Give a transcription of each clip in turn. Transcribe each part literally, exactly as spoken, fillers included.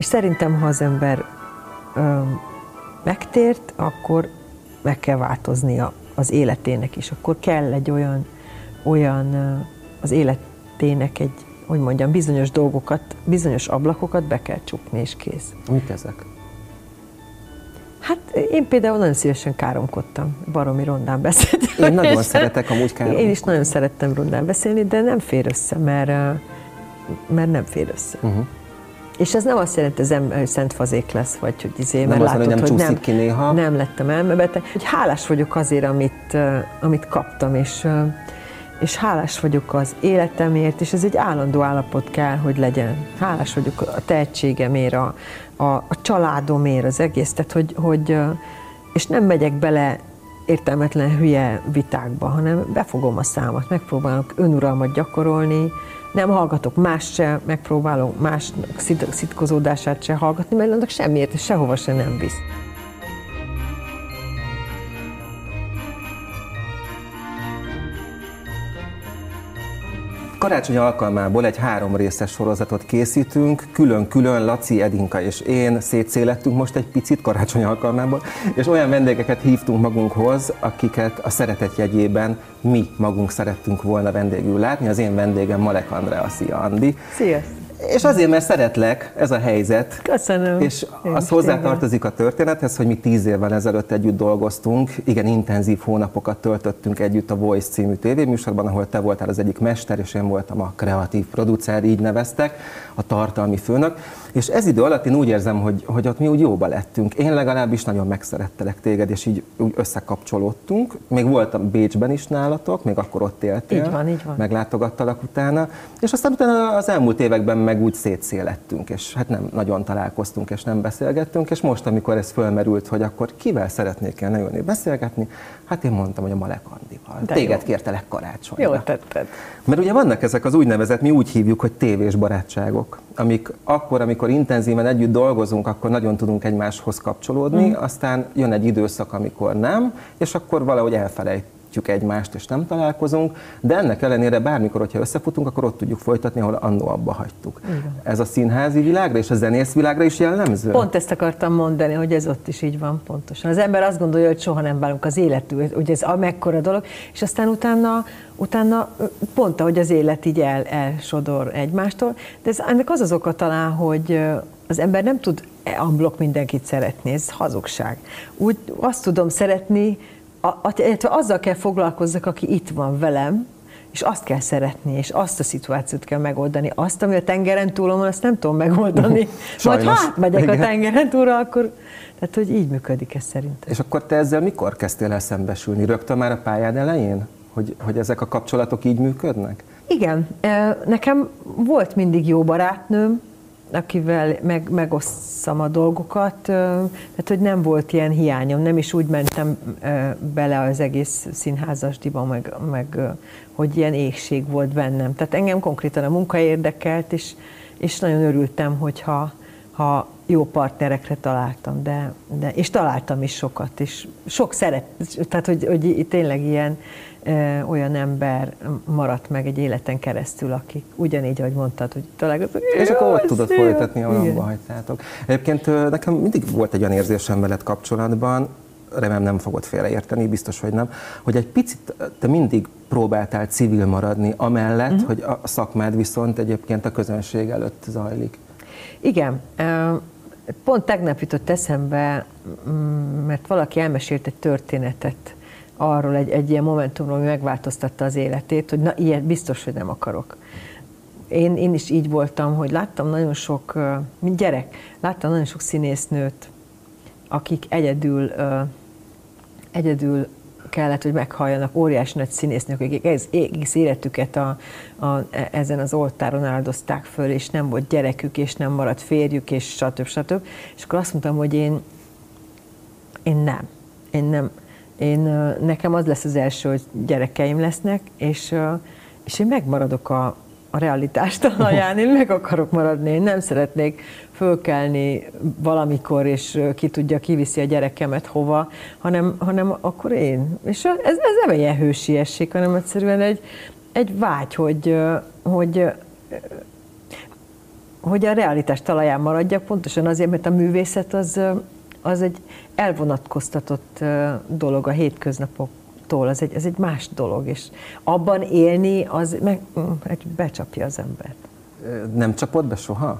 És szerintem, ha az ember ö, megtért, akkor meg kell változnia az életének is. Akkor kell egy olyan, olyan ö, az életének egy, hogy mondjam, bizonyos dolgokat, bizonyos ablakokat be kell csukni, és kész. Mik ezek? Hát én például nagyon szívesen káromkodtam, baromi rondán beszéltem. Én nagyon szeretek amúgy káromkodni. Én is nagyon szerettem rondán beszélni, de nem fér össze, mert, mert nem fér össze. Uh-huh. És ez nem azt jelenti, hogy szent fazék lesz, vagy hogy izé, nem mert az, látod, hogy nem, hogy nem, ki néha. nem lettem elmebeteg. Hogy hálás vagyok azért, amit, amit kaptam, és, és hálás vagyok az életemért, és ez egy állandó állapot kell, hogy legyen. Hálás vagyok a tehetségemért, a, a, a családomért, az egész, tehát hogy, hogy, és nem megyek bele értelmetlen hülye vitákba, hanem befogom a számat, megpróbálok önuralmat gyakorolni, nem hallgatok más se, megpróbálok más szitkozódását se hallgatni, mert annak semmiért és sehova se nem visz. Karácsony alkalmából egy három részes sorozatot készítünk, külön-külön Laci, Edinka és én szétszélettünk most egy picit karácsony alkalmából, és olyan vendégeket hívtunk magunkhoz, akiket a szeretet jegyében mi magunk szerettünk volna vendégül látni. Az én vendégem Malek Andrea, szia Andi. Sziasztok! És azért, mert szeretlek, ez a helyzet. Köszönöm. És az hozzátartozik a történethez, hogy mi tíz évvel ezelőtt együtt dolgoztunk, igen, intenzív hónapokat töltöttünk együtt a Voice című tévéműsorban, ahol te voltál az egyik mester, és én voltam a kreatív producer, így neveztek, a tartalmi főnök. És ez idő alatt én úgy érzem, hogy, hogy ott mi úgy jóba lettünk. Én legalábbis nagyon megszerettelek téged, és így úgy összekapcsolódtunk. Még voltam Bécsben is nálatok, még akkor ott éltél. Így van, így van. Meglátogattalak utána. És aztán utána az elmúlt években meg úgy szétszélettünk, és hát nem nagyon találkoztunk, és nem beszélgettünk, és most, amikor ez fölmerült, hogy akkor kivel szeretnék el leülni beszélgetni, hát én mondtam, hogy a Malek Andival. De téged jó. Kértelek karácsonyra. Jól tetted. Mert ugye vannak ezek az úgynevezett, mi úgy hívjuk, hogy tévés barátságok, amik akkor, amikor intenzíven együtt dolgozunk, akkor nagyon tudunk egymáshoz kapcsolódni, mm. aztán jön egy időszak, amikor nem, és akkor valahogy elfelejtjük egymást, és nem találkozunk, de ennek ellenére bármikor, hogyha összefutunk, akkor ott tudjuk folytatni, ahol annó abba hagytuk. Igen. Ez a színházi világra és a zenész világra is jellemző? Pont ezt akartam mondani, hogy ez ott is így van pontosan. Az ember azt gondolja, hogy soha nem válunk az életű, hogy ez a mekkora dolog, és aztán utána, utána pont ahogy az élet így el, elsodor egymástól, de ez, ennek az az oka talán, hogy az ember nem tud unblock mindenkit szeretni, ez hazugság. Úgy azt tudom szeretni, illetve azzal kell foglalkozzak, aki itt van velem, és azt kell szeretni, és azt a szituációt kell megoldani. Azt, ami a tengeren túlon van, azt nem tudom megoldani. Majd hát megyek a tengeren túlra, akkor... Tehát, hogy így működik ez szerintem. És akkor te ezzel mikor kezdtél el szembesülni? Rögtön már a pályád elején? Hogy, hogy ezek a kapcsolatok így működnek? Igen. Nekem volt mindig jó barátnőm, akivel meg, megosszam a dolgokat, tehát hogy nem volt ilyen hiányom, nem is úgy mentem bele az egész színházasdiba, meg, meg hogy ilyen éhség volt bennem. Tehát engem konkrétan a munka érdekelt, és, és nagyon örültem, hogyha ha jó partnerekre találtam, de, de, és találtam is sokat, és sok szeret, tehát hogy, hogy tényleg ilyen ö, olyan ember maradt meg egy életen keresztül, akik ugyanígy, ahogy mondtad, hogy találkozunk. És akkor ott tudod folytatni, ahol abba hagytátok. Egyébként nekem mindig volt egy olyan érzésem veled kapcsolatban, remélem nem fogod félreérteni, biztos, hogy nem, hogy egy picit te mindig próbáltál civil maradni, amellett, uh-huh. hogy a szakmád viszont egyébként a közönség előtt zajlik. Igen, pont tegnap jutott eszembe, mert valaki elmesélt egy történetet arról, egy, egy ilyen momentumról, ami megváltoztatta az életét, hogy na, ilyet biztos, hogy nem akarok. Én, én is így voltam, hogy láttam nagyon sok, mint gyerek, láttam nagyon sok színésznőt, akik egyedül, egyedül kellett, hogy meghalljanak, óriási nagy színésznők, akik egész, egész életüket a, a, ezen az oltáron áldozták föl, és nem volt gyerekük, és nem maradt férjük, és stb. stb. És akkor azt mondtam, hogy én, én nem. Én nem. Én, nekem az lesz az első, hogy gyerekeim lesznek, és, és én megmaradok a, a realitás talaján, én meg akarok maradni, én nem szeretnék fölkelni valamikor, és ki tudja, kiviszi a gyerekemet hova, hanem, hanem akkor én. És ez, ez nem egy ilyen hősiesség, hanem egyszerűen egy, egy vágy, hogy, hogy, hogy a realitás talaján maradjak, pontosan azért, mert a művészet az, az egy elvonatkoztatott dolog a hétköznapoktól, az egy, ez egy más dolog, és abban élni, az meg egy becsapja az embert. Nem csapott be soha?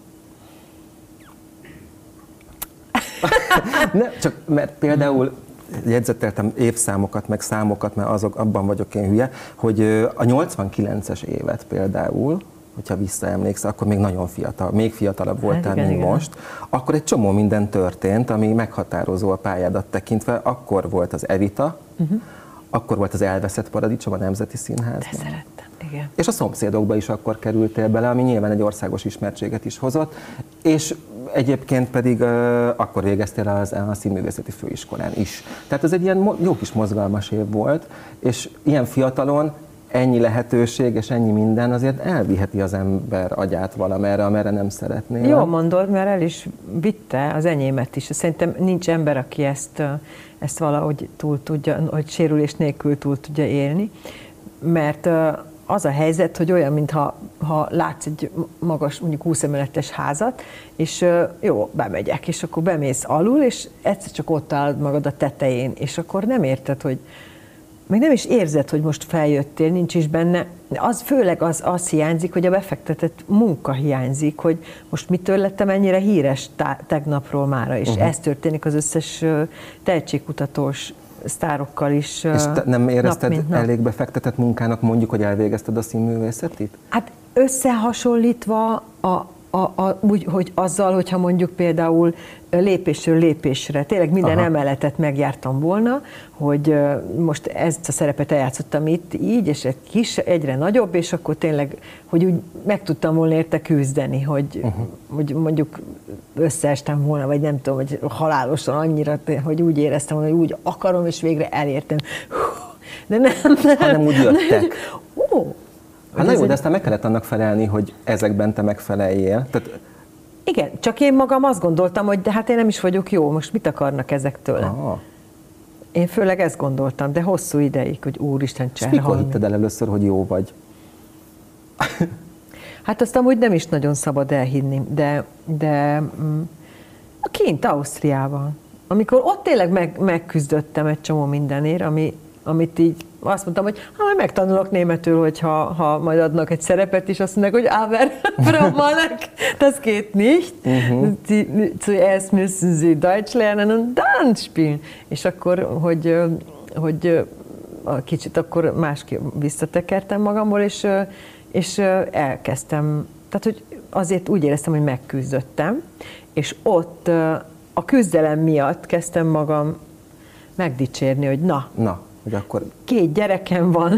Nem, csak mert például jegyzeteltem évszámokat, meg számokat, mert azok, abban vagyok én hülye, hogy a nyolcvankilences évet például, hogyha visszaemlékszel, akkor még nagyon fiatal, még fiatalabb voltál, hát igen, mint igen. most, akkor egy csomó minden történt, ami meghatározó a pályádat tekintve. Akkor volt az Evita, uh-huh. akkor volt az Elveszett Paradicsom a Nemzeti Színházban. De szerettem, igen. És a Szomszédokba is akkor kerültél bele, ami nyilván egy országos ismertséget is hozott, és egyébként pedig uh, akkor végeztél az, a Színművészeti Főiskolán is. Tehát ez egy ilyen jó kis mozgalmas év volt, és ilyen fiatalon ennyi lehetőség és ennyi minden azért elviheti az ember agyát valamerre, amerre nem szeretné. Jó mondod, mert el is vitte az enyémet is. Szerintem nincs ember, aki ezt, ezt valahogy túl tudja, hogy sérülés nélkül túl tudja élni, mert az a helyzet, hogy olyan, mintha ha látsz egy magas, mondjuk húsz emeletes házat, és jó, bemegyek, és akkor bemész alul, és egyszer csak ott állod magad a tetején, és akkor nem érted, hogy meg nem is érzed, hogy most feljöttél, nincs is benne. Az főleg az, az hiányzik, hogy a befektetett munka hiányzik, hogy most mitől lettem ennyire híres tá- tegnapról mára, és uh-huh. ez történik az összes tehetségkutatós sztárokkal is. És te nem érezted nap, nap. elég befektetett munkának mondjuk, hogy elvégezted a színművészetit? Hát összehasonlítva a A, a, úgy, hogy azzal, hogyha mondjuk például lépésről lépésre, tényleg minden Aha. emeletet megjártam volna, hogy most ezt a szerepet eljátszottam itt így, és egy kis, egyre nagyobb, és akkor tényleg, hogy úgy meg tudtam volna érte küzdeni, hogy, uh-huh. hogy mondjuk összeestem volna, vagy nem tudom, hogy halálosan annyira, hogy úgy éreztem volna, hogy úgy akarom, és végre elértem. De nem, nem. Hanem úgy jöttek. Ó, Hát na jó, de aztán meg kellett annak felelni, hogy ezekben te megfeleljél. Tehát... Igen, csak én magam azt gondoltam, hogy de hát én nem is vagyok jó, most mit akarnak ezektől? Aha. Én főleg ezt gondoltam, de hosszú ideig, hogy úristen cserhalni. És mikor hitted el először, hogy jó vagy? Hát azt amúgy nem is nagyon szabad elhinni, de, de kint Ausztriában, amikor ott tényleg meg, megküzdöttem egy csomó mindenért, ami, amit így azt mondtam, hogy ha majd megtanulok németül, hogyha ha majd adnak egy szerepet is, azt mondják, hogy aber Frau Malek, das geht nicht. Uh-huh. Zuerst müssen Sie Deutsch lernen und dann spielen. És akkor, hogy, hogy kicsit akkor másképp visszatekertem magamból, és, és elkezdtem. Tehát, hogy azért úgy éreztem, hogy megküzdöttem, és ott a küzdelem miatt kezdtem magam megdicsérni, hogy na, na. Hogy akkor... két gyerekem van,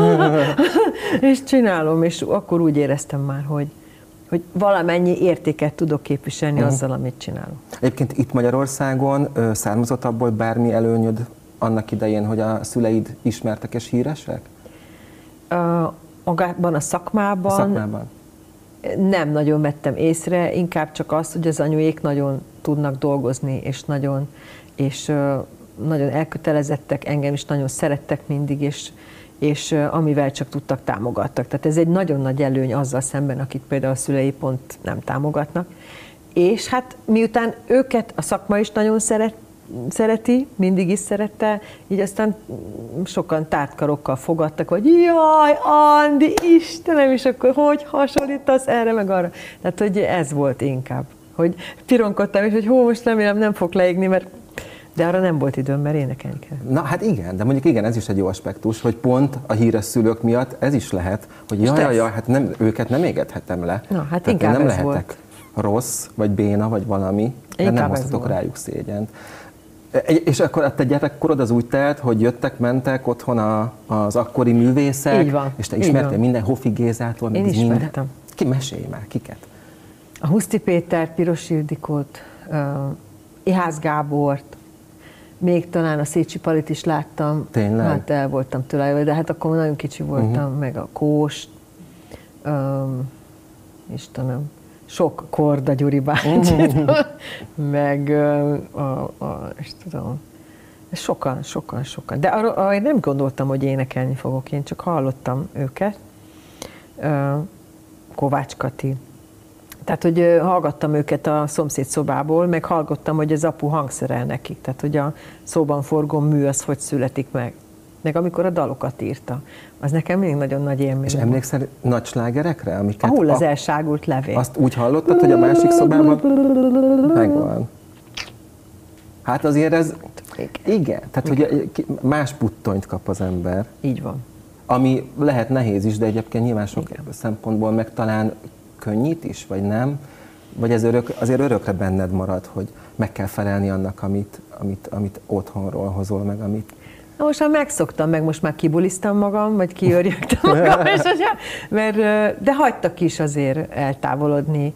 és csinálom, és akkor úgy éreztem már, hogy, hogy valamennyi értéket tudok képviselni uh-huh. azzal, amit csinálok. Egyébként itt Magyarországon ö, származott abból bármi előnyöd annak idején, hogy a szüleid ismertek és híresek? Uh, magában a szakmában, a szakmában nem nagyon vettem észre, inkább csak azt, hogy az anyuék nagyon tudnak dolgozni, és nagyon, és uh, nagyon elkötelezettek, engem is nagyon szerettek mindig, és, és amivel csak tudtak, támogattak. Tehát ez egy nagyon nagy előny azzal szemben, akik például a szülei pont nem támogatnak. És hát miután őket a szakma is nagyon szeret, szereti, mindig is szerette, így aztán sokan tártkarokkal fogadtak, hogy jaj, Andi, Istenem, és akkor hogy hasonlítasz erre meg arra. Tehát, hogy ez volt inkább. Hogy pironkodtam, és hogy hó, most remélem nem fog leégni, mert de arra nem volt időm, mert énekelni kell. Na hát igen, de mondjuk igen, ez is egy jó aspektus, hogy pont a híres szülők miatt ez is lehet, hogy jaj, jaj, jaj, hát nem, őket nem égethetem le. Na, hát tehát inkább nem ez lehetek volt. Rossz, vagy béna, vagy valami, de nem hoztatok rájuk szégyent. És akkor a te gyerekkorod az úgy telt, hogy jöttek, mentek otthon a, az akkori művészek, így van, és te ismertél minden Hofi Gézától, én ismertem. Minden. Ki mesélj már, kiket? A Huszti Péter, Piros Ildikót, uh, Ihász Gábort, még talán a Szécsi Palit is láttam. Tényleg? Hát el voltam tőle, de hát akkor nagyon kicsi voltam, uh-huh. meg a Kóst, um, Istenem, sok Korda Gyuri bácsit, uh-huh. meg uh, a, a, és tudom, sokan, sokan, sokan. De arra, arra nem gondoltam, hogy énekelni fogok, én csak hallottam őket. Uh, Kovács Kati, Tehát, hogy hallgattam őket a szomszéd szobából, meg hallgattam, hogy az apu hangszerel nekik. Tehát, hogy a szóban forgó mű az hogy születik meg. Meg amikor a dalokat írta. Az nekem még nagyon nagy élmény. És emlékszel nagy slágerekre? Amiket Ahol az a... elságult levél. Azt úgy hallottad, hogy a másik szobában megvan. Hát azért ez... Igen. Tehát, hogy más puttonyt kap az ember. Így van. Ami lehet nehéz is, de egyébként nyilván sok Igen. szempontból meg talán könnyít is, vagy nem? Vagy ez örök, azért örökre benned marad, hogy meg kell felelni annak, amit, amit, amit otthonról hozol, meg amit... Na most már megszoktam, meg most már kibuliztam magam, vagy kiörjögtem magam, és mert, de hagytak is azért eltávolodni,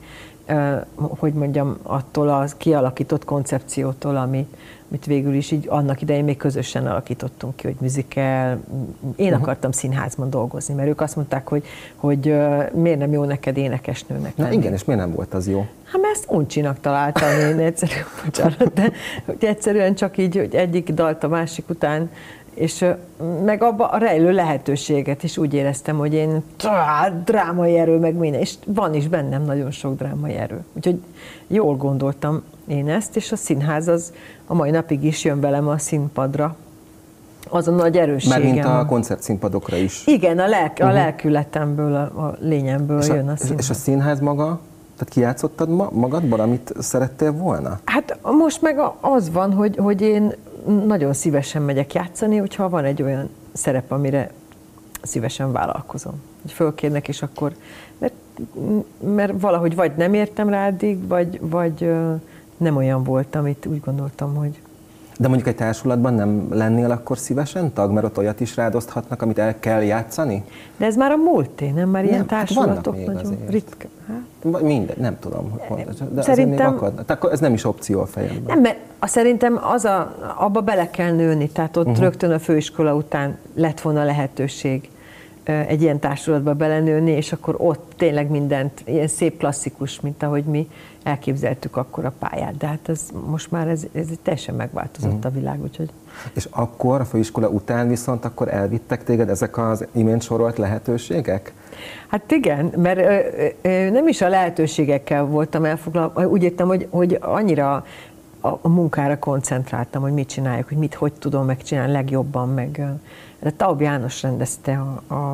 hogy mondjam, attól a kialakított koncepciótól, ami, amit végül is így annak idején még közösen alakítottunk ki, hogy musical. Én uh-huh. akartam színházban dolgozni, mert ők azt mondták, hogy, hogy miért nem jó neked énekesnőnek lenni. Na igen, és miért nem volt az jó? Hát mert ezt uncsinak találtam én egyszerűen, bocsánat, de hogy egyszerűen csak így, hogy egyik dalt a másik után, és meg abba a rejlő lehetőséget is úgy éreztem, hogy én drámai erő, meg minden, és van is bennem nagyon sok drámai erő. Úgyhogy jól gondoltam én ezt, és a színház az a mai napig is jön velem a színpadra. Az a nagy erősségem. Mármint a koncertszínpadokra is. Igen, a, lelk, a uh-huh. lelkületemből, a, a lényemből és jön a, a színház. És a színház maga? Tehát kijátszottad ma, magadban, amit szerettél volna? Hát most meg az van, hogy, hogy én nagyon szívesen megyek játszani, hogyha van egy olyan szerep, amire szívesen vállalkozom. Hogy fölkérnek, és akkor, mert, mert valahogy vagy nem értem rá addig, vagy, vagy nem olyan volt, amit úgy gondoltam, hogy... De mondjuk egy társulatban nem lennél akkor szívesen tag, mert ott olyat is rádoszthatnak, amit el kell játszani? De ez már a múlté, nem? Már nem, ilyen társulatok hát nagyon ritka. Hát? Mindegy, nem tudom, hogy pontosan. De szerintem, még akadna. Tehát ez nem is opció a fejemben. Nem, mert szerintem az a, abba bele kell nőni, tehát ott uh-huh. rögtön a főiskola után lett volna lehetőség egy ilyen társulatba belenőni, és akkor ott tényleg mindent, ilyen szép klasszikus, mint ahogy mi elképzeltük akkor a pályát. De hát ez, most már ez, ez teljesen megváltozott uh-huh. a világ, úgyhogy... És akkor a főiskola után viszont akkor elvittek téged ezek az imént sorolt lehetőségek? Hát igen, mert ö, ö, nem is a lehetőségekkel voltam elfoglalva, úgy értem, hogy, hogy annyira a, a munkára koncentráltam, hogy mit csináljuk, hogy mit, hogy tudom megcsinálni legjobban, meg... De Taub János rendezte a, a,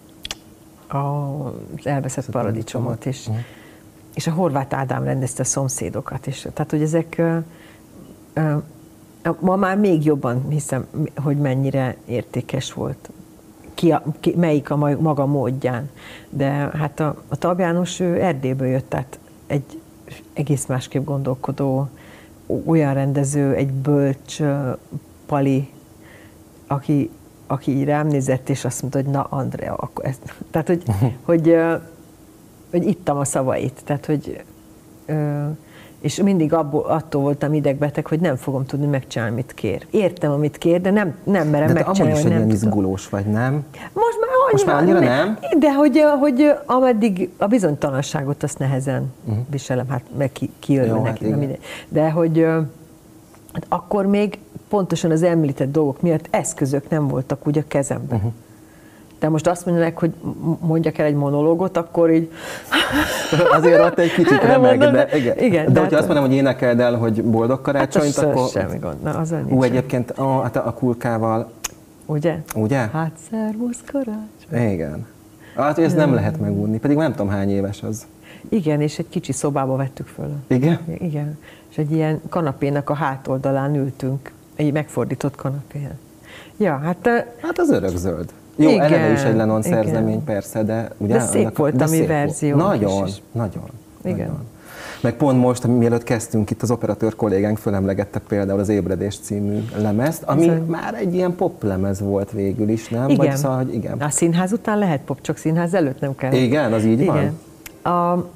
a, az Elveszett paradicsomot, és, uh-huh. és a Horváth Ádám rendezte a Szomszédokat. És, tehát, hogy ezek ö, ö, ma már még jobban hiszem, hogy mennyire értékes volt. Ki, a, ki, melyik a maga módján. De hát a, a Taub János ő Erdélyből jött, tehát egy egész másképp gondolkodó, olyan rendező, egy bölcs pali, aki aki így rám nézett, és azt mondta, hogy na, Andrea, akkor ezt... Tehát, hogy, hogy, hogy ittam a szavait. Tehát, hogy... És mindig abból, attól voltam idegbeteg, hogy nem fogom tudni megcsinálni, amit kér. Értem, amit kér, de nem, nem merem de megcsinálni, hogy nem nem is izgulós vagy, nem? Most már annyira, Most már annyira nem? De hogy, hogy ameddig a bizonytalanságot azt nehezen uh-huh. viselem, hát meg ki, kijön Jó, neki. hát Nem de hogy hát akkor még pontosan az említett dolgok miatt eszközök nem voltak úgy a kezemben. Uh-huh. De most azt mondják, hogy mondjak el egy monológot, akkor így... Azért ott egy kicsit remeg, de, igen. igen, de, de hogyha hát, azt mondom, hogy énekeld el, hogy boldog karácsonyt, hát akkor... semmi gond. Na, az Ú, egyébként a, hát a kulkával... Ugye? Ugye? Hát szervusz karácsony. Igen. Hát, hogy ezt nem lehet megunni, pedig nem tudom hány éves az. Igen, és egy kicsi szobába vettük föl. Igen? Igen. És egy ilyen kanapénak a hátoldalán ültünk, egy megfordított kanapén. Ja, hát... Hát az örökzöld. Jó, igen, eleve is egy Lennon szerzemény, persze, de... Ugye, de szép annak, volt de a mi verzió. Nagyon, is. nagyon, igen. nagyon. Meg pont most, mielőtt kezdtünk, itt az operatőr kollégánk fölemlegette például az Ébredés című lemezt, ami ez már egy ilyen pop lemez volt végül is, nem? Igen. Vagy szóval, hogy igen. A színház után lehet pop, csak színház előtt nem kell. Igen, az így igen. van? A,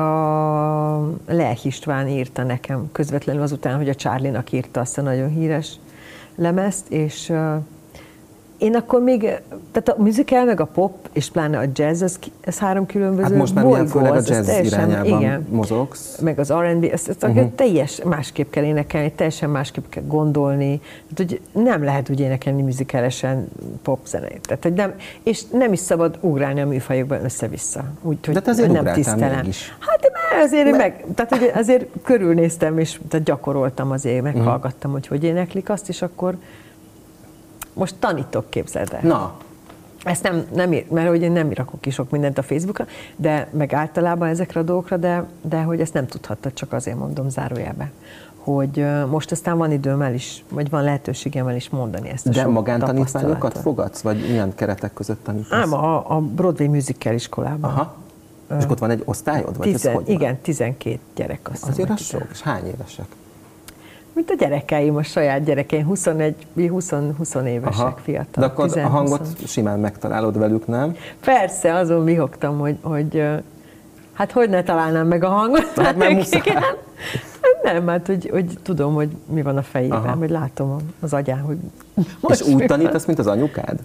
a Lelch István írta nekem közvetlenül azután, hogy a Charlie-nak írta azt a nagyon híres lemezt, és én akkor még, tehát a musical meg a pop, és pláne a jazz, ez, ez három különböző hát most már bolygó, főleg a jazz teljesen, irányában igen, mozogsz. Meg az er and bé, ezt, ezt uh-huh. teljes másképp kell énekelni, teljesen másképp kell gondolni, tehát, hogy nem lehet úgy énekelni musicalesen popzenét. Tehát, hogy nem, és nem is szabad ugrálni a műfajokban össze-vissza. Úgy, hogy de te azért nem tisztelem. Mégis. Hát mert azért, meg, tehát, hogy azért körülnéztem, és tehát gyakoroltam azért, meghallgattam, uh-huh. hogy hogy éneklik azt, és akkor most tanítok, képzeld el. Na. Ezt nem, nem ír, mert hogy én nem rakok ki sok mindent a Facebookra, de meg általában ezekre a dolgokra, de, de hogy ezt nem tudhattad, csak azért mondom zárójelbe, hogy most aztán van időmmel is, vagy van lehetőségemmel is mondani ezt a de sok magántanítványokat fogadsz, vagy milyen keretek között tanítasz? Ám a, a Broadway musical iskolában. Aha. És ott van egy osztályod? Vagy Tizen, ez hogy igen, tizenkét gyerek. Azt azért az sok. És hány évesek? Mint a gyerekeim, a saját gyerekeim, huszonegy, húsz, húsz évesek, aha. Fiatal. De akkor tíz, a hangot húsz. Simán megtalálod velük, nem? Persze, azon vihogtam, hogy, hogy hát hogy ne találnám meg a hangot. Hát nem muszáj. Nem, hát hogy, hogy tudom, hogy mi van a fejében, aha. hogy látom az agyán, hogy és úgy tanítasz, mint az anyukád?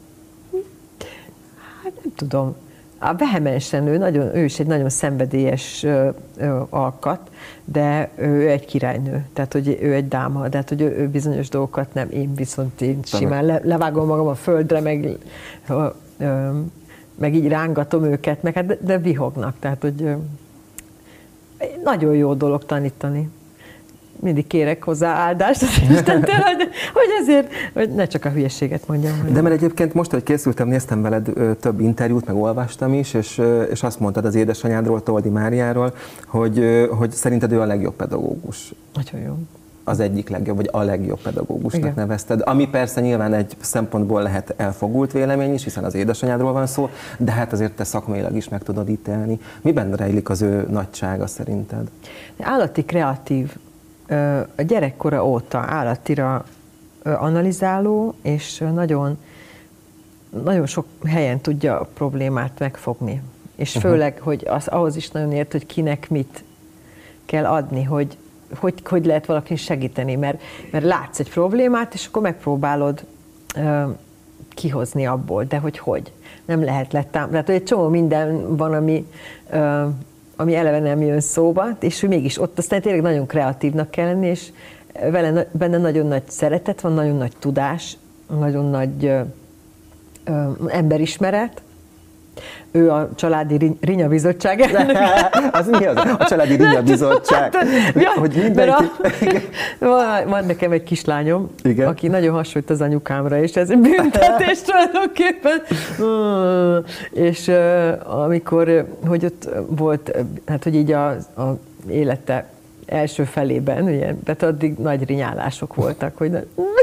Hát nem tudom. A vehemensen ő, nagyon, ő is egy nagyon szenvedélyes ö, ö, alkat, de ő egy királynő, tehát hogy ő egy dáma, tehát hogy ő, ő bizonyos dolgokat nem, én viszont én simán le, levágom magam a földre, meg, ö, ö, meg így rángatom őket, meg hát de, de vihognak, tehát hogy ö, nagyon jó dolog tanítani. Mindig kérek hozzá áldást az Istentől, hogy, hogy ezért, hogy ne csak a hülyeséget mondjam. De mert egyébként most, hogy készültem, néztem veled több interjút, meg olvastam is, és, és azt mondtad az édesanyádról, Toldi Máriáról, hogy, hogy szerinted ő a legjobb pedagógus. Nagyon jó. Az egyik legjobb, vagy a legjobb pedagógusnak igen. nevezted. Ami persze nyilván egy szempontból lehet elfogult vélemény is, hiszen az édesanyádról van szó, de hát azért te szakmailag is meg tudod ítélni. Miben rejlik az ő nagysága szerinted? Állati kreatív. A gyerekkora óta állatira analizáló, és nagyon, nagyon sok helyen tudja a problémát megfogni. És főleg, uh-huh. hogy az, ahhoz is nagyon ért, hogy kinek mit kell adni, hogy hogy, hogy lehet valakin segíteni, mert, mert látsz egy problémát, és akkor megpróbálod uh, kihozni abból, de hogy hogy. Nem lehet letám. Tehát, hogy egy csomó minden van, ami... Uh, ami eleve nem jön szóba, és hogy mégis ott aztán tényleg nagyon kreatívnak kell lenni, és vele, benne nagyon nagy szeretet van, nagyon nagy tudás, nagyon nagy ö, ö, emberismeret. Ő a Családi Rinya Bizottság elnöke. Az mi az? A Családi Rinya Bizottság. Ja, hogy mindenki... van, van nekem egy kislányom, igen? aki nagyon hasonlít az anyukámra, és ez egy büntetés tulajdonképpen. És uh, amikor, hogy ott volt, hát hogy így a, a élete első felében, ugye, tehát addig nagy rinyálások voltak, hogy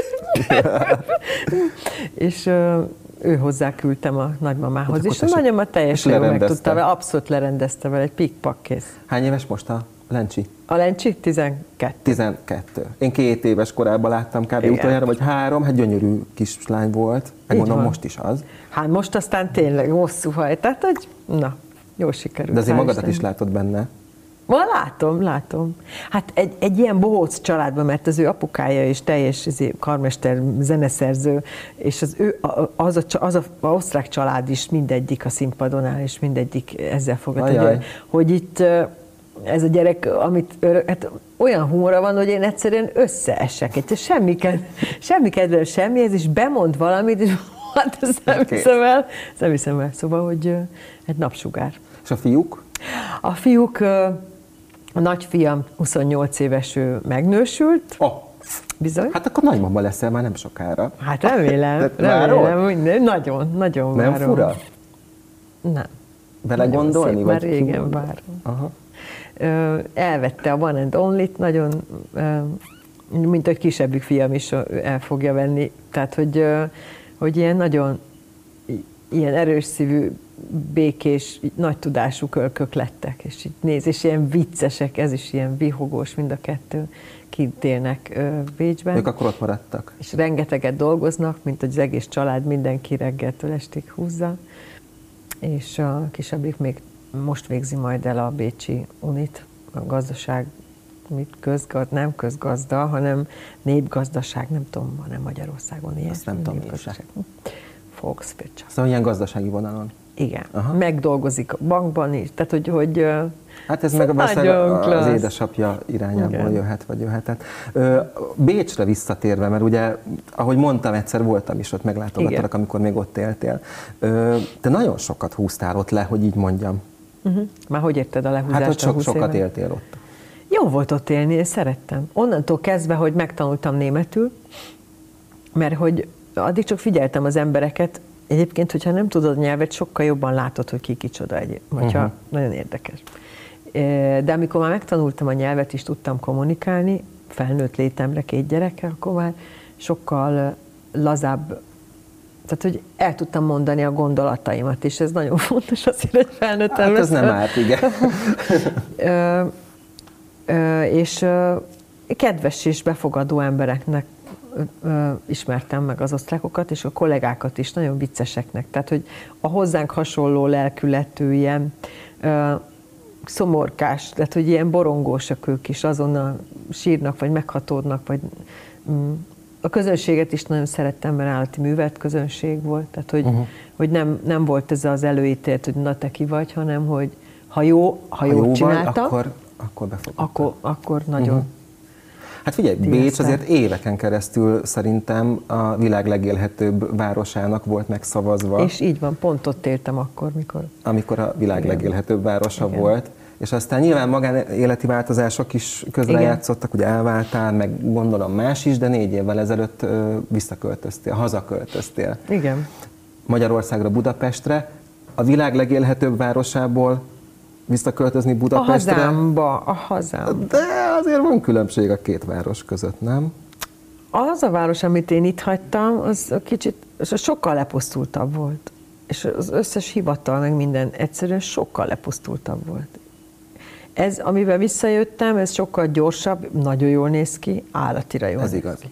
és uh, ő hozzá küldtem a nagymamához, és a nagymama teljesen jól meg tudta vele, abszolút lerendezte vele, egy pikpak kész. Hány éves most a Lencsi? A Lencsi? tizenkettő. tizenkettő. Én két éves korában láttam kb. Igen. Utoljára, vagy három, hát gyönyörű kislány volt. Megmondom, most is az. Hát most aztán tényleg hosszú haj, tehát hogy na, jól sikerült. De azért magadat is látod benne. Ma látom, látom. Hát egy, egy ilyen bohóc családban, mert az ő apukája is teljes karmester, zeneszerző, és az ő, az, a, az a, a osztrák család is mindegyik a színpadon áll, és mindegyik ezzel foglalkozik, hogy, hogy itt ez a gyerek, amit hát olyan humora van, hogy én egyszerűen összeesek. Egy, semmi, ked, semmi kedvem semmihez, és bemond valamit, és hát ezt nem okay. hiszem el. Ezt nem hiszem el. Szóval, hogy egy napsugár. És a fiúk? A fiúk, a nagyfiam huszonnyolc éves, ő megnősült. Oh. Bizony. Hát akkor nagymama leszel már nem sokára. Hát remélem, remélem, minden, nagyon, nagyon nem várom. fura? Nem. Vele gondolni? Szép, már régen várom. Aha. Elvette a One and Only-t, nagyon, mint egy kisebbik fiam is el fogja venni. Tehát, hogy, hogy ilyen nagyon ilyen erős szívű, békés, nagy tudású kölkök lettek, és így néz, és ilyen viccesek, ez is ilyen vihogós, mind a kettő, kint élnek Bécsben. Ők akkor ott maradtak. És rengeteget dolgoznak, mint az egész család, mindenki reggeltől estig húzza, és a kisebbik még most végzi majd el a bécsi unit, a gazdaság, mit közgazd, nem közgazda, hanem népgazdaság, nem tudom, van-e Magyarországon ilyen. Azt nem tudom, Volkswirtschaft. Szóval ilyen gazdasági vonalon. Igen, aha. Megdolgozik a bankban is, tehát hogy... hogy hát ez meg valószínűleg az édesapja irányából igen. jöhet, vagy jöhetett. Bécsre visszatérve, mert ugye, ahogy mondtam, egyszer voltam is ott, meglátogattalak, amikor még ott éltél. Te nagyon sokat húztál ott le, hogy így mondjam. Uh-huh. Már hogy érted a lehúzást? Hát, hogy sok, sokat éven? éltél ott. Jó volt ott élni, én szerettem. Onnantól kezdve, hogy megtanultam németül, mert hogy addig csak figyeltem az embereket. Egyébként, hogyha nem tudod a nyelvet, sokkal jobban látod, hogy ki kicsoda egy, hogyha uh-huh. nagyon érdekes. De amikor már megtanultam a nyelvet, és tudtam kommunikálni, felnőtt létemre két gyerekkel, akkor már sokkal lazább, tehát hogy el tudtam mondani a gondolataimat, és ez nagyon fontos azért, hogy felnőtt hát ez nem árt, igen. ö, ö, és ö, kedves és befogadó embereknek ö, ismertem meg az osztrákokat, és a kollégákat is nagyon vicceseknek. Tehát, hogy a hozzánk hasonló lelkületű, ilyen ö, szomorkás, tehát, hogy ilyen borongósak ők is, azonnal sírnak, vagy meghatódnak, vagy mm, a közönséget is nagyon szerettem, mert állati művelt közönség volt, tehát, hogy, uh-huh. hogy nem, nem volt ez az előítélet, hogy na te ki vagy, hanem, hogy ha jó, ha, ha jót jó csinálta, vagy, akkor, akkor befogadta. Akkor, akkor nagyon... Uh-huh. Hát figyelj, Bécs azért éveken keresztül szerintem a világ legélhetőbb városának volt megszavazva. És így van, pont ott éltem akkor, mikor... Amikor a világ igen. legélhetőbb városa igen. volt. És aztán nyilván magánéleti változások is közrejátszottak, ugye elváltál, meg gondolom más is, de négy évvel ezelőtt visszaköltöztél, hazaköltöztél. Igen. Magyarországra, Budapestre. A világ legélhetőbb városából visszaköltözni Budapestre. A hazámba, a hazámba. De azért van különbség a két város között, nem? Az a város, amit én itt hagytam, az kicsit sokkal lepusztultabb volt. És az összes hivatal, meg minden egyszerűen sokkal lepusztultabb volt. Ez, amivel visszajöttem, ez sokkal gyorsabb, nagyon jól néz ki, állatira jól. Ez igaz.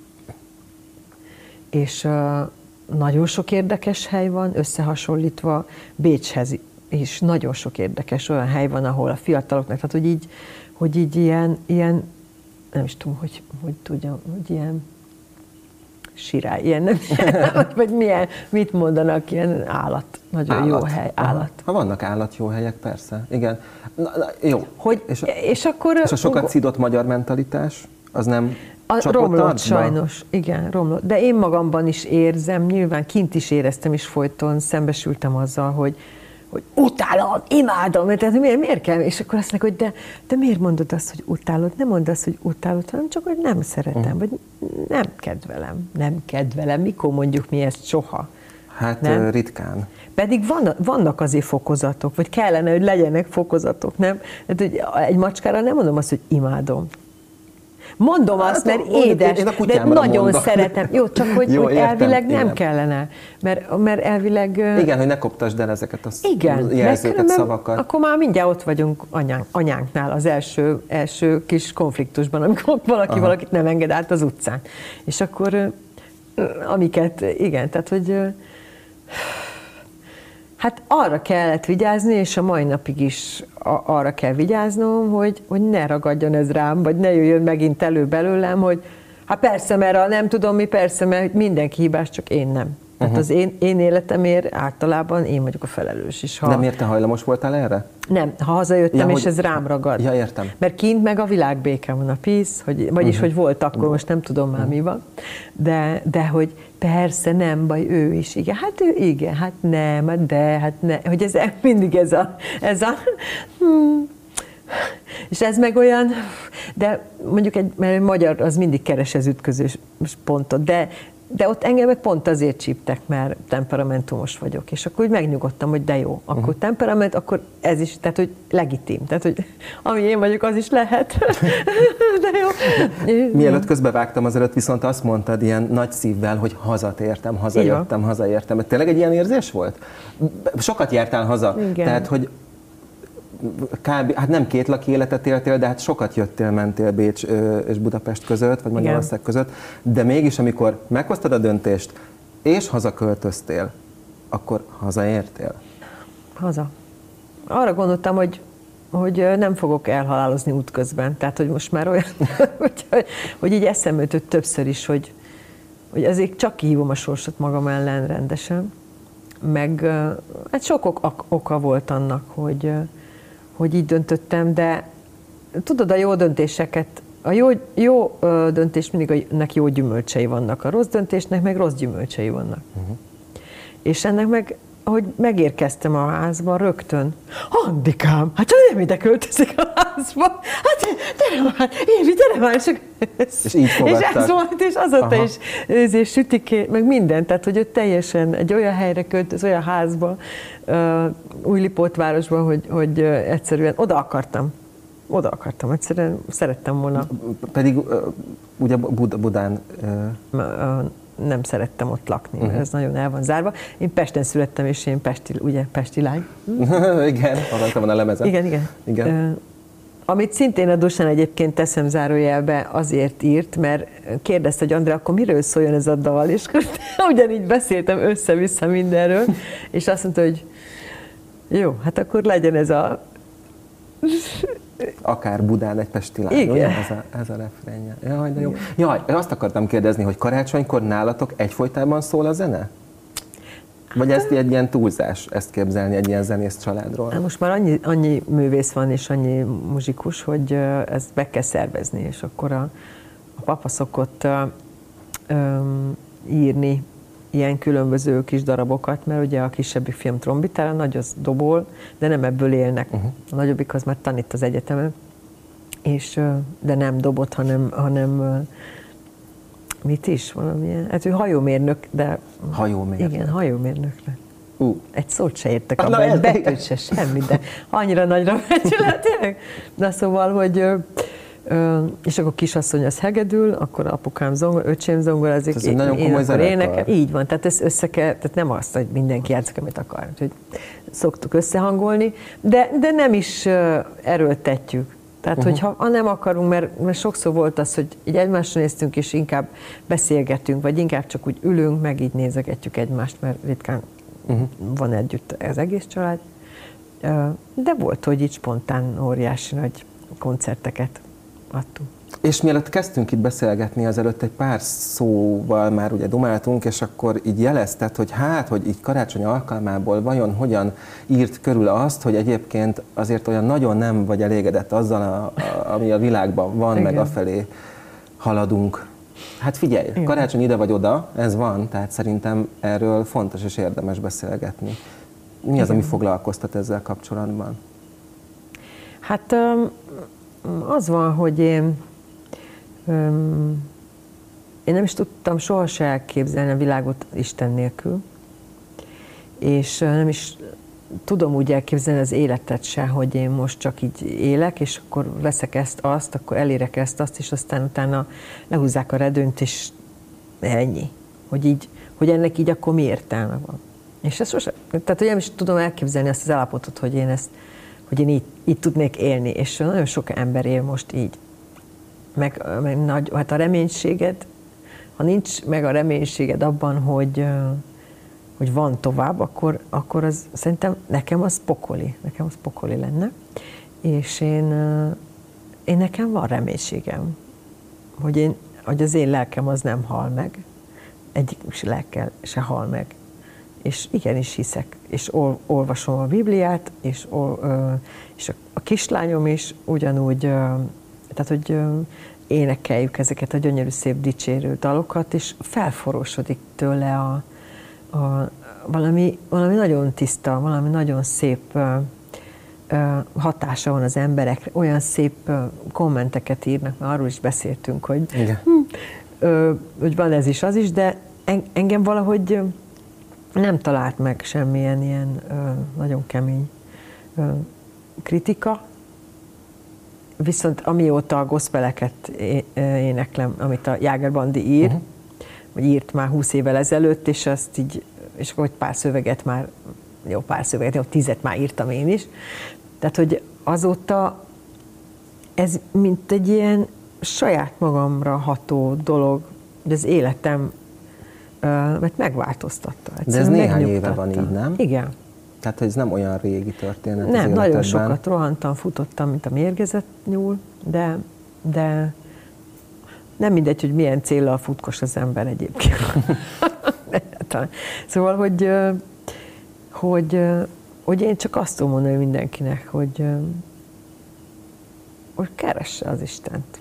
És uh, nagyon sok érdekes hely van, összehasonlítva Bécshez is nagyon sok érdekes olyan hely van, ahol a fiataloknak, tehát hogy így, hogy így ilyen, ilyen, nem is tudom, hogy, hogy tudjam, hogy ilyen sirály, ilyen, nem, ilyen, vagy milyen, mit mondanak, ilyen állat, nagyon állat. Jó hely, állat. Ha vannak állat jó helyek, persze, igen. Na, na, jó. Hogy, és, a, és akkor... És a sokat szidott magyar mentalitás, az nem a romlott sajnos, igen, romlott. De én magamban is érzem, nyilván kint is éreztem, és folyton szembesültem azzal, hogy hogy utálom, imádom, mert miért, miért kell? És akkor azt mondják, hogy de, de miért mondod azt, hogy utálod? Nem mondd azt, hogy utálod, hanem csak, hogy nem szeretem, uh-huh. vagy nem kedvelem, nem kedvelem. Mikor mondjuk mi ezt soha? Hát nem? Ritkán. Pedig van, vannak azért fokozatok, vagy kellene, hogy legyenek fokozatok, nem? Hát, hogy egy macskára nem mondom azt, hogy imádom. Mondom hát, azt, mert édes, én de nagyon mondom. Szeretem. Jó, csak hogy, Jó, hogy értem, elvileg nem igen. kellene. Mert, mert elvileg... Igen, hogy ne koptasd el ezeket a igen, jelzőket, szavakat. Akkor már mindjárt ott vagyunk anyánk, anyánknál az első, első kis konfliktusban, amikor valaki Aha. valakit nem enged át az utcán. És akkor amiket, igen, tehát hogy... Hát arra kellett vigyázni, és a mai napig is arra kell vigyáznom, hogy, hogy ne ragadjon ez rám, vagy ne jöjjön megint elő belőlem, hogy hát persze, mert nem tudom mi, persze, mert mindenki hibás, csak én nem. Tehát uh-huh. az én, én életemért általában én vagyok a felelős is. Ha... De miért te hajlamos voltál erre? Nem, ha hazajöttem, ja, és hogy... ez rám ragad. Ja, értem. Mert kint meg a világbéke van, a peace, hogy, vagyis, uh-huh. hogy volt akkor, most nem tudom már uh-huh. mi van, de, de hogy persze, nem baj, ő is, igen, hát ő igen, hát nem, de, hát ne, hogy ez mindig ez a, ez a hmm. és ez meg olyan, de mondjuk egy, mert egy magyar az mindig keres az ütközős pontot, de De ott engem meg pont azért csíptek, mert temperamentumos vagyok, és akkor úgy megnyugodtam, hogy de jó, akkor uh-huh. temperament, akkor ez is, tehát hogy legitim, tehát hogy ami én vagyok, az is lehet, de jó. Mielőtt közbevágtam, azelőtt viszont azt mondtad ilyen nagy szívvel, hogy hazatértem, hazajöttem, hazaértem. Tényleg egy ilyen érzés volt? Sokat jártál haza, igen. Tehát hogy kb. Hát nem két laki életet éltél, de hát sokat jöttél, mentél Bécs és Budapest között, vagy Magyarország között, de mégis, amikor meghoztad a döntést, és hazaköltöztél, akkor hazaértél? Haza. Arra gondoltam, hogy, hogy nem fogok elhalálozni útközben, tehát, hogy most már olyan, hogy, hogy így eszembe jutott többször is, hogy hogy ezért csak kihívom a sorsot magam ellen rendesen, meg hát sok ok, oka volt annak, hogy, hogy így döntöttem, de tudod, a jó döntéseket, a jó, jó döntés mindig ennek jó gyümölcsei vannak, a rossz döntésnek meg rossz gyümölcsei vannak. Uh-huh. És ennek meg, ahogy megérkeztem a házba, rögtön, Andikám, hát csak nem ide költözik a házba, hát gyere már, Évi, gyere már, csak és így fogadtak. És ez volt, és azóta is, és sütiké, meg minden, tehát hogy ő teljesen egy olyan helyre költöz, olyan házba, uh, Újlipótvárosban, hogy, hogy uh, egyszerűen oda akartam. Oda akartam, egyszerűen szerettem volna. Pedig uh, ugye Bud- Budán... Uh... Nem szerettem ott lakni, mert uh-huh. ez nagyon el van zárva. Én Pesten születtem, és én pesti, ugye, pesti lány. Igen, hallottam van a lemezen. Igen, igen. igen. Uh, amit szintén a Dusán egyébként teszem zárójelbe azért írt, mert kérdezte, hogy Andrea, akkor miről szóljon ez a dal, és ugyanígy beszéltem össze-vissza mindenről, és azt mondta, hogy jó, hát akkor legyen ez a... Akár Budán egy pesti lány, igen. Ugye? Ez a, ez a refrénje. Jaj, de jó. Jaj, azt akartam kérdezni, hogy karácsonykor nálatok egyfolytában szól a zene? Vagy ezt egy ilyen túlzás, ezt képzelni egy ilyen zenész családról? Most már annyi, annyi művész van, és annyi muzsikus, hogy ezt be kell szervezni, és akkor a, a papa szokott um, írni ilyen különböző kis darabokat, mert ugye a kisebbik fiam trombitára, nagy az dobol, de nem ebből élnek. Uh-huh. A nagyobbik az már tanít az egyetemen, és, de nem dobott, hanem, hanem mit is, valamilyen, hát ő hajómérnök, de... Hajómérnök. Igen, hajómérnök lett. Uh. Egy szót se értek abban, egy betűt se, semmi, de annyira nagyra becsület, tényleg. Na szóval, hogy... és akkor kisasszony az hegedül, akkor apukám zongor, öcsém zongorazik, ez én, nagyon én akkor énekel. Így van, tehát ez össze kell, tehát nem azt, hogy mindenki játszik, amit akar. Úgyhogy szoktuk összehangolni, de, de nem is erőltetjük. Tehát, uh-huh. hogyha ha nem akarunk, mert, mert sokszor volt az, hogy így egymásra néztünk, és inkább beszélgetünk, vagy inkább csak úgy ülünk, meg így nézegetjük egymást, mert ritkán uh-huh. van együtt az egész család. De volt, hogy így spontán óriási nagy koncerteket adtunk. És mielőtt kezdtünk itt beszélgetni, azelőtt egy pár szóval már ugye dumáltunk, és akkor így jelezted, hogy hát, hogy így karácsony alkalmából vajon hogyan írt körül azt, hogy egyébként azért olyan nagyon nem vagy elégedett azzal, a, a, ami a világban van, igen. meg afelé haladunk. Hát figyelj, igen. karácsony ide vagy oda, ez van, tehát szerintem erről fontos és érdemes beszélgetni. Mi az, igen. ami foglalkoztat ezzel kapcsolatban? Hát az van, hogy én Én nem is tudtam soha se elképzelni a világot Isten nélkül, és nem is tudom úgy elképzelni az életet se, hogy én most csak így élek, és akkor veszek ezt, azt, akkor elérek ezt, azt, és aztán utána lehúzzák a redőnyt, és ennyi. Hogy, így, hogy ennek így akkor mi értelme van. És ezt sose, tehát hogy nem is tudom elképzelni azt az állapotot, hogy én ezt, hogy én így, így tudnék élni, és nagyon sok ember él most így. Meg, meg nagy, hát a reménységed, ha nincs meg a reménységed abban, hogy, hogy van tovább, akkor, akkor az, szerintem nekem az pokoli, nekem az pokoli lenne. És én, én nekem van reménységem, hogy, én, hogy az én lelkem az nem hal meg, egyik lelkel se hal meg. És igenis hiszek, és ol, olvasom a Bibliát, és, ol, és a, a kislányom is ugyanúgy, tehát, hogy énekeljük ezeket a gyönyörű, szép, dicsérő dalokat, és felforosodik tőle a, a, valami, valami nagyon tiszta, valami nagyon szép uh, uh, hatása van az emberekre, olyan szép uh, kommenteket írnak, mert arról is beszéltünk, hogy, hm, uh, hogy van ez is, az is, de engem valahogy uh, nem talált meg semmilyen ilyen uh, nagyon kemény uh, kritika. Viszont amióta a gospeleket éneklem, amit a Jáger Bandi ír, uh-huh. vagy írt már húsz évvel ezelőtt, és azt így, és akkor pár szöveget már, jó pár szöveget, jó tízet már írtam én is. Tehát, hogy azóta ez mint egy ilyen saját magamra ható dolog, hogy az életem, mert megváltoztatta. De ez néhány éve van így, nem? Igen. Tehát, hogy ez nem olyan régi történet. Nem, nagyon sokat rohantam, futottam, mint a mérgezett nyúl, de, de Nem mindegy, hogy milyen céllal futkos az ember egyébként. Szóval, hogy, hogy, hogy én csak azt tudom mondani mindenkinek, hogy, hogy keresse az Istent.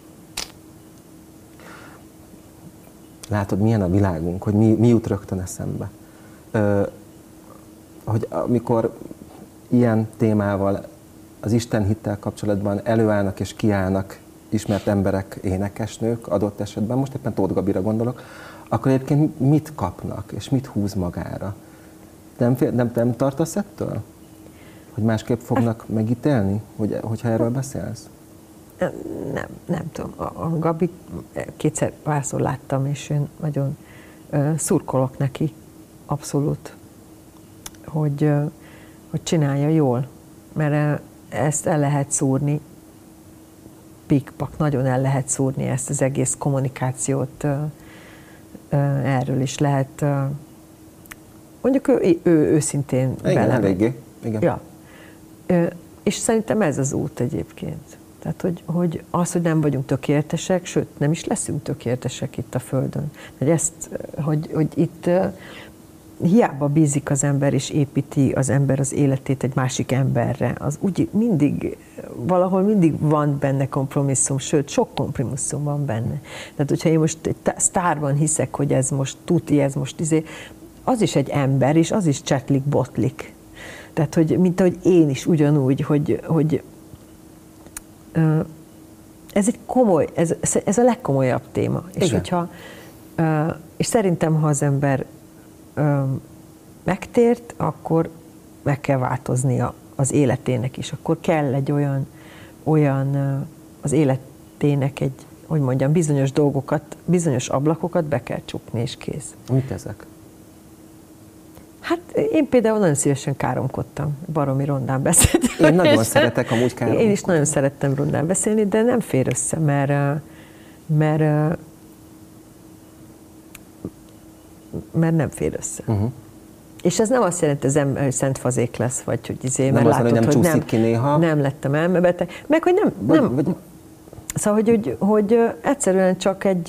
Látod, milyen a világunk, hogy mi, mi jut rögtön eszembe. Ö, hogy amikor ilyen témával az Isten hittel kapcsolatban előállnak és kiállnak ismert emberek, énekesnők adott esetben, most éppen Tóth Gabira gondolok, akkor egyébként mit kapnak, és mit húz magára? Nem, nem, nem tartasz ettől? Hogy másképp fognak megítélni, hogy, hogyha erről beszélsz? Nem, nem tudom. A, a Gabi kétszer párszor láttam, és én nagyon uh, szurkolok neki, abszolút, hogy, uh, hogy csinálja jól, mert uh, ezt el lehet szúrni, pikpak, nagyon el lehet szúrni ezt az egész kommunikációt, uh, uh, erről is lehet, uh, mondjuk ő, ő őszintén igen, eléggé. Igen. Ja. Uh, és szerintem ez az út egyébként. Tehát, hogy, hogy az, hogy nem vagyunk tökéletesek, sőt, nem is leszünk tökéletesek itt a Földön. Hogy, ezt, hogy, hogy itt uh, hiába bízik az ember, és építi az ember az életét egy másik emberre, az úgy mindig, valahol mindig van benne kompromisszum, sőt, sok kompromisszum van benne. Tehát, hogyha én most egy sztárban hiszek, hogy ez most tuti, ez most izé, az is egy ember, és az is csetlik, botlik. Tehát, hogy mint ahogy én is ugyanúgy, hogy, hogy ez egy komoly, ez, ez a legkomolyabb téma. És, hogyha, és szerintem, ha az ember megtért, akkor meg kell változnia az életének is. Akkor kell egy olyan, olyan az életének egy, hogy mondjam, bizonyos dolgokat, bizonyos ablakokat be kell csukni, és kész. Mit ezek? Hát én például nagyon szívesen káromkodtam, baromi rondán beszéltem. Én nagyon szeretek amúgy káromkodni. Én is nagyon szerettem rondán beszélni, de nem fér össze, mert, mert, mert nem fér össze. Uh-huh. És ez nem azt jelenti, hogy szent fazék lesz, vagy hogy izé, nem mert azt látod, nem hogy nem, ki néha. nem lettem elmebeteg. Meg, hogy nem, vagy, nem vagy... Szóval, hogy, hogy, hogy egyszerűen csak egy,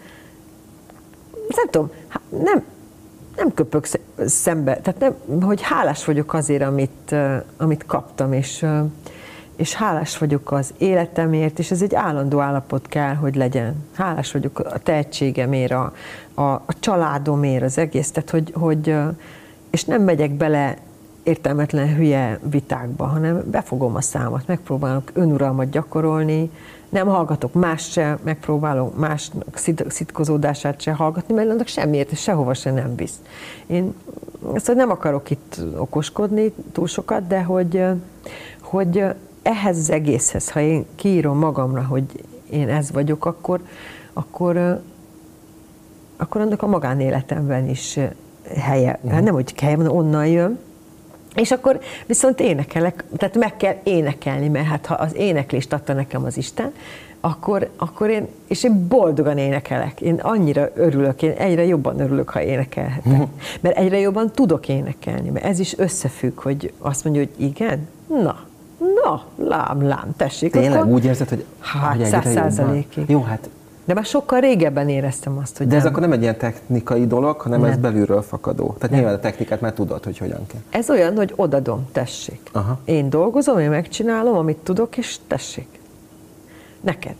nem tudom, nem, nem köpök szembe, tehát nem, hogy hálás vagyok azért, amit, amit kaptam, és, és hálás vagyok az életemért, és ez egy állandó állapot kell, hogy legyen. Hálás vagyok a tehetségemért, a, a, a családomért, az egész, tehát hogy, hogy, és nem megyek bele értelmetlen hülye vitákba, hanem befogom a számat, megpróbálok önuralmat gyakorolni, nem hallgatok más se, megpróbálom más szitkozódását se hallgatni, mert annak semmiért, és sehova se nem visz. Én szóval nem akarok itt okoskodni túl sokat, de hogy, hogy ehhez az egészhez, ha én kiírom magamra, hogy én ez vagyok, akkor, akkor, akkor annak a magánéletemben is helye, uh-huh. nem hogy helye, onnan jön, és akkor viszont énekelek, tehát meg kell énekelni, mert hát ha az éneklést adta nekem az Isten, akkor, akkor én, és én boldogan énekelek. Én annyira örülök, én egyre jobban örülök, ha énekelhetek. Mert egyre jobban tudok énekelni, mert ez is összefügg, hogy azt mondja, hogy igen, na, na, lám, lám, tessék. Tényleg akkor, úgy érzed, hogy hát száz százalékig. Jó, hát de már sokkal régebben éreztem azt, hogy de ez nem. akkor nem egy ilyen technikai dolog, hanem nem. Ez belülről fakadó. Tehát nem. Nyilván a technikát már tudod, hogy hogyan kell. Ez olyan, hogy odadom, tessék. Aha. Én dolgozom, én megcsinálom, amit tudok, és tessék. Neked.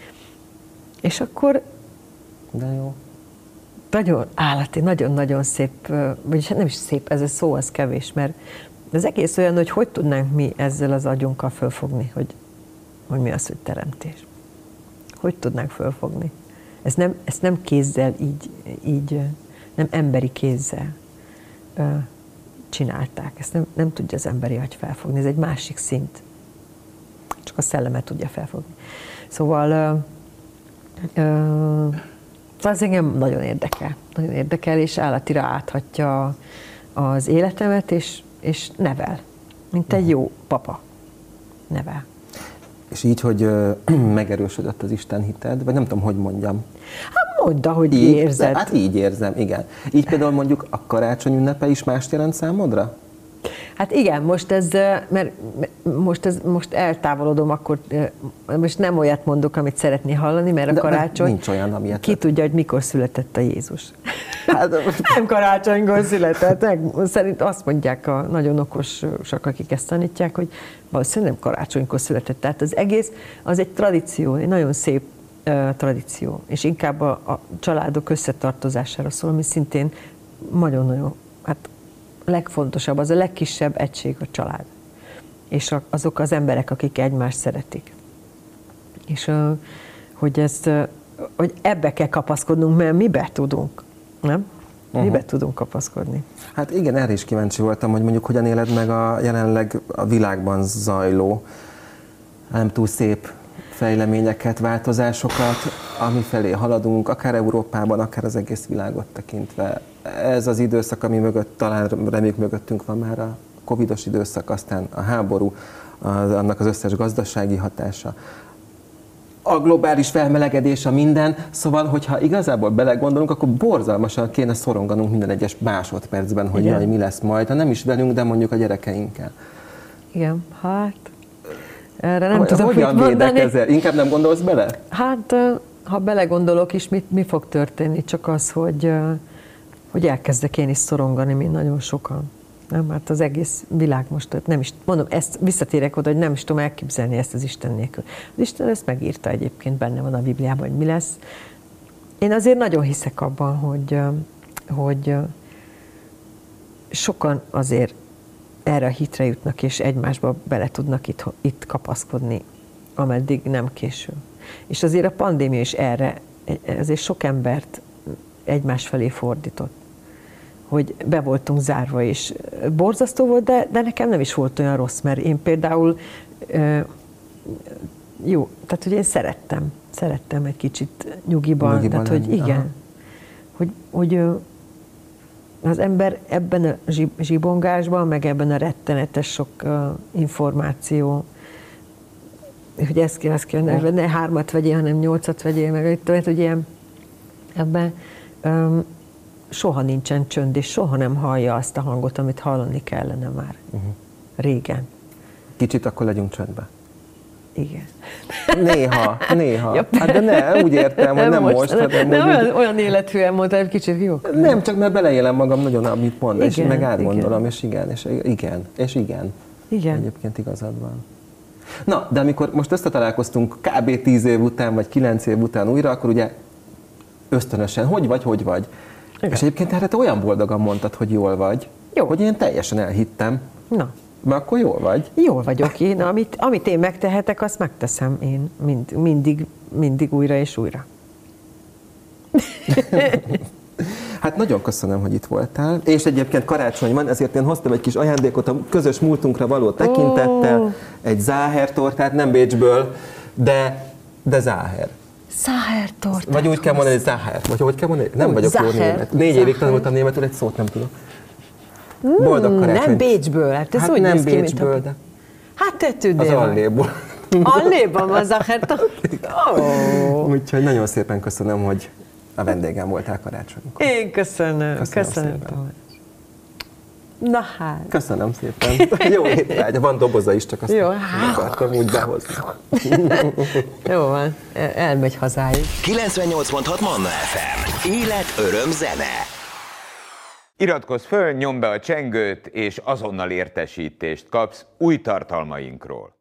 És akkor de jó. Nagyon állati, nagyon-nagyon szép, vagyis nem is szép, ez a szó, az kevés, mert az egész olyan, hogy hogy tudnánk mi ezzel az agyunkkal fölfogni, hogy, hogy mi az, hogy teremtés. Hogy tudnánk fölfogni? Ez nem, ezt nem kézzel így, így, nem emberi kézzel ö, csinálták. Ezt nem, nem tudja az emberi agy felfogni. Ez egy másik szint. Csak a szellemet tudja felfogni. Szóval ö, ö, az engem nagyon érdekel. Nagyon érdekel, és állatira áthatja az életemet, és, és nevel. Mint egy jó papa. Nevel. És így, hogy ö, megerősödött az Isten hited, vagy nem tudom, hogy mondjam. Hát mondd, hogy így, érzed. Hát így érzem, igen. Így például mondjuk a karácsony ünnepe is mást jelent számodra? Hát igen, most ez, mert most, ez, most eltávolodom, akkor most nem olyat mondok, amit szeretné hallani, mert a de karácsony, nincs olyan, amilyet. Ki tudja, hogy mikor született a Jézus. Hát, nem karácsonykor született, szerint azt mondják a nagyon okosak, akik ezt tanítják, hogy valószínűleg nem karácsonykor született. Tehát az egész, az egy tradíció, egy nagyon szép uh, tradíció, és inkább a, a családok összetartozására szól, ami szintén nagyon-nagyon, hát legfontosabb, az a legkisebb egység a család. És azok az emberek, akik egymást szeretik. És hogy, ezt, hogy ebbe kell kapaszkodnunk, mert mibe tudunk, nem? Mibe uh-huh. tudunk kapaszkodni. Hát igen, erre is kíváncsi voltam, hogy mondjuk hogyan éled meg a jelenleg a világban zajló, nem túl szép fejleményeket, változásokat, amifelé haladunk, akár Európában, akár az egész világot tekintve. Ez az időszak, ami mögött, talán reméljük mögöttünk van már a covidos időszak, aztán a háború, az, annak az összes gazdasági hatása, a globális felmelegedés, a minden. Szóval, hogyha igazából belegondolunk, akkor borzalmasan kéne szoronganunk minden egyes másodpercben, hogy jaj, mi lesz majd, ha nem is velünk, de mondjuk a gyerekeinkkel. Igen, hát erre nem hogy, tudom, hogyan mit mondani. védekezel? Inkább nem gondolsz bele? Hát, ha belegondolok is, mit, mi fog történni? Csak az, hogy, hogy elkezdek én is szorongani, mint nagyon sokan. Nem? Hát az egész világ most, nem is, mondom, ezt visszatérek oda, hogy nem is tudom elképzelni ezt az Isten nélkül. Az Isten ezt megírta egyébként, benne van a Bibliában, hogy mi lesz. Én azért nagyon hiszek abban, hogy, hogy sokan azért erre a hitre jutnak, és egymásba bele tudnak itt, itt kapaszkodni, ameddig nem késő. És azért a pandémia is erre, azért sok embert egymás felé fordított, hogy be voltunk zárva, és borzasztó volt, de, de nekem nem is volt olyan rossz, mert én például jó, tehát hogy én szerettem, szerettem egy kicsit nyugiban, nyugiban tehát hogy lenni, igen, hogy, hogy az ember ebben a zsibongásban, meg ebben a rettenetes sok információ, hogy ezt kell, ezt kell, ne, ne hármat vegyél, hanem nyolcat vegyél, meg hogy ilyen, ebben um, soha nincsen csönd, és soha nem hallja azt a hangot, amit hallani kellene már. Uh-huh. Régen. Kicsit akkor legyünk csöndbe. Igen. Néha, néha. Ja, hát de ne, úgy értem, hogy nem, nem most. most hanem nem, olyan, olyan élethűen mondta, hogy kicsit jó. Nem, csak mert beleélem magam nagyon, amit mond, igen, és meg átgondolom, igen. és igen, és igen, és igen. Igen. Egyébként igazad van. Na, de amikor most összetalálkoztunk kb. tíz év után, vagy kilenc év után újra, akkor ugye ösztönösen, hogy vagy, hogy vagy. Igen. És egyébként erre te olyan boldogan mondtad, hogy jól vagy, jó. Hogy én teljesen elhittem. Na. Mert akkor jól vagy. Jól vagyok én, amit, amit én megtehetek, azt megteszem én mind, mindig, mindig újra és újra. Hát nagyon köszönöm, hogy itt voltál, és egyébként karácsony van, ezért én hoztam egy kis ajándékot a közös múltunkra való tekintettel, oh. Egy záher tortát, nem Bécsből, de, de záher. Záher tortát. Vagy úgy kell mondani, hogy záher. Vagy hogy kell mondani? Nem úgy, vagyok záher. Jó német. Négy záher. Évig tanultam németül, egy szót nem tudok. Boldog karácsony. Nem Bécsből, hát ez hát úgy nem néz ki, Bécsből, mint a... de... Hát te tudnél. Az Alléból. Alléban van záher tortát? Oh. Úgyhogy nagyon szépen köszönöm, hogy a vendégem voltál karácsonykor. Én köszönöm. Köszönöm, köszönöm szépen. Na hát. Köszönöm szépen. Jó étvágy. Van doboza is, csak azt jó, nem akartam úgy behozni. Jó van, elmegy hazáig. kilencvennyolc pont hat Manna ef em. Élet, öröm, zene. Iratkozz föl, nyomd be a csengőt, és azonnal értesítést kapsz új tartalmainkról.